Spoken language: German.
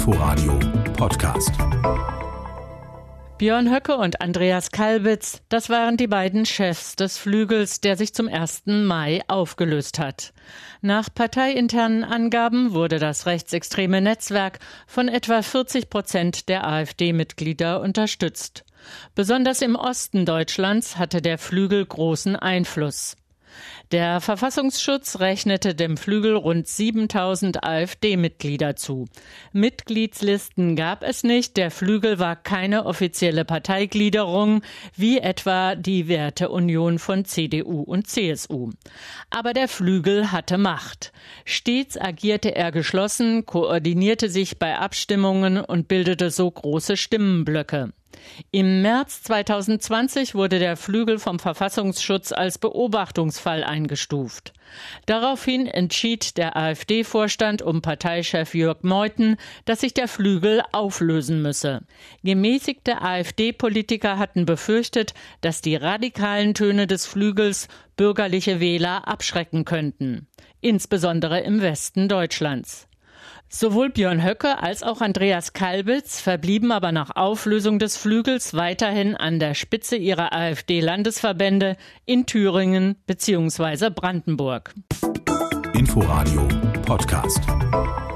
Inforadio Podcast. Björn Höcke und Andreas Kalbitz, das waren die beiden Chefs des Flügels, der sich zum 1. Mai aufgelöst hat. Nach parteiinternen Angaben wurde das rechtsextreme Netzwerk von etwa 40% der AfD-Mitglieder unterstützt. Besonders im Osten Deutschlands hatte der Flügel großen Einfluss. Der Verfassungsschutz rechnete dem Flügel rund 7.000 AfD-Mitglieder zu. Mitgliedslisten gab es nicht, der Flügel war keine offizielle Parteigliederung, wie etwa die Werteunion von CDU und CSU. Aber der Flügel hatte Macht. Stets agierte er geschlossen, koordinierte sich bei Abstimmungen und bildete so große Stimmenblöcke. Im März 2020 wurde der Flügel vom Verfassungsschutz als Beobachtungsfall eingestuft. Daraufhin entschied der AfD-Vorstand um Parteichef Jörg Meuthen, dass sich der Flügel auflösen müsse. Gemäßigte AfD-Politiker hatten befürchtet, dass die radikalen Töne des Flügels bürgerliche Wähler abschrecken könnten, insbesondere im Westen Deutschlands. Sowohl Björn Höcke als auch Andreas Kalbitz verblieben aber nach Auflösung des Flügels weiterhin an der Spitze ihrer AfD-Landesverbände in Thüringen bzw. Brandenburg. Inforadio Podcast.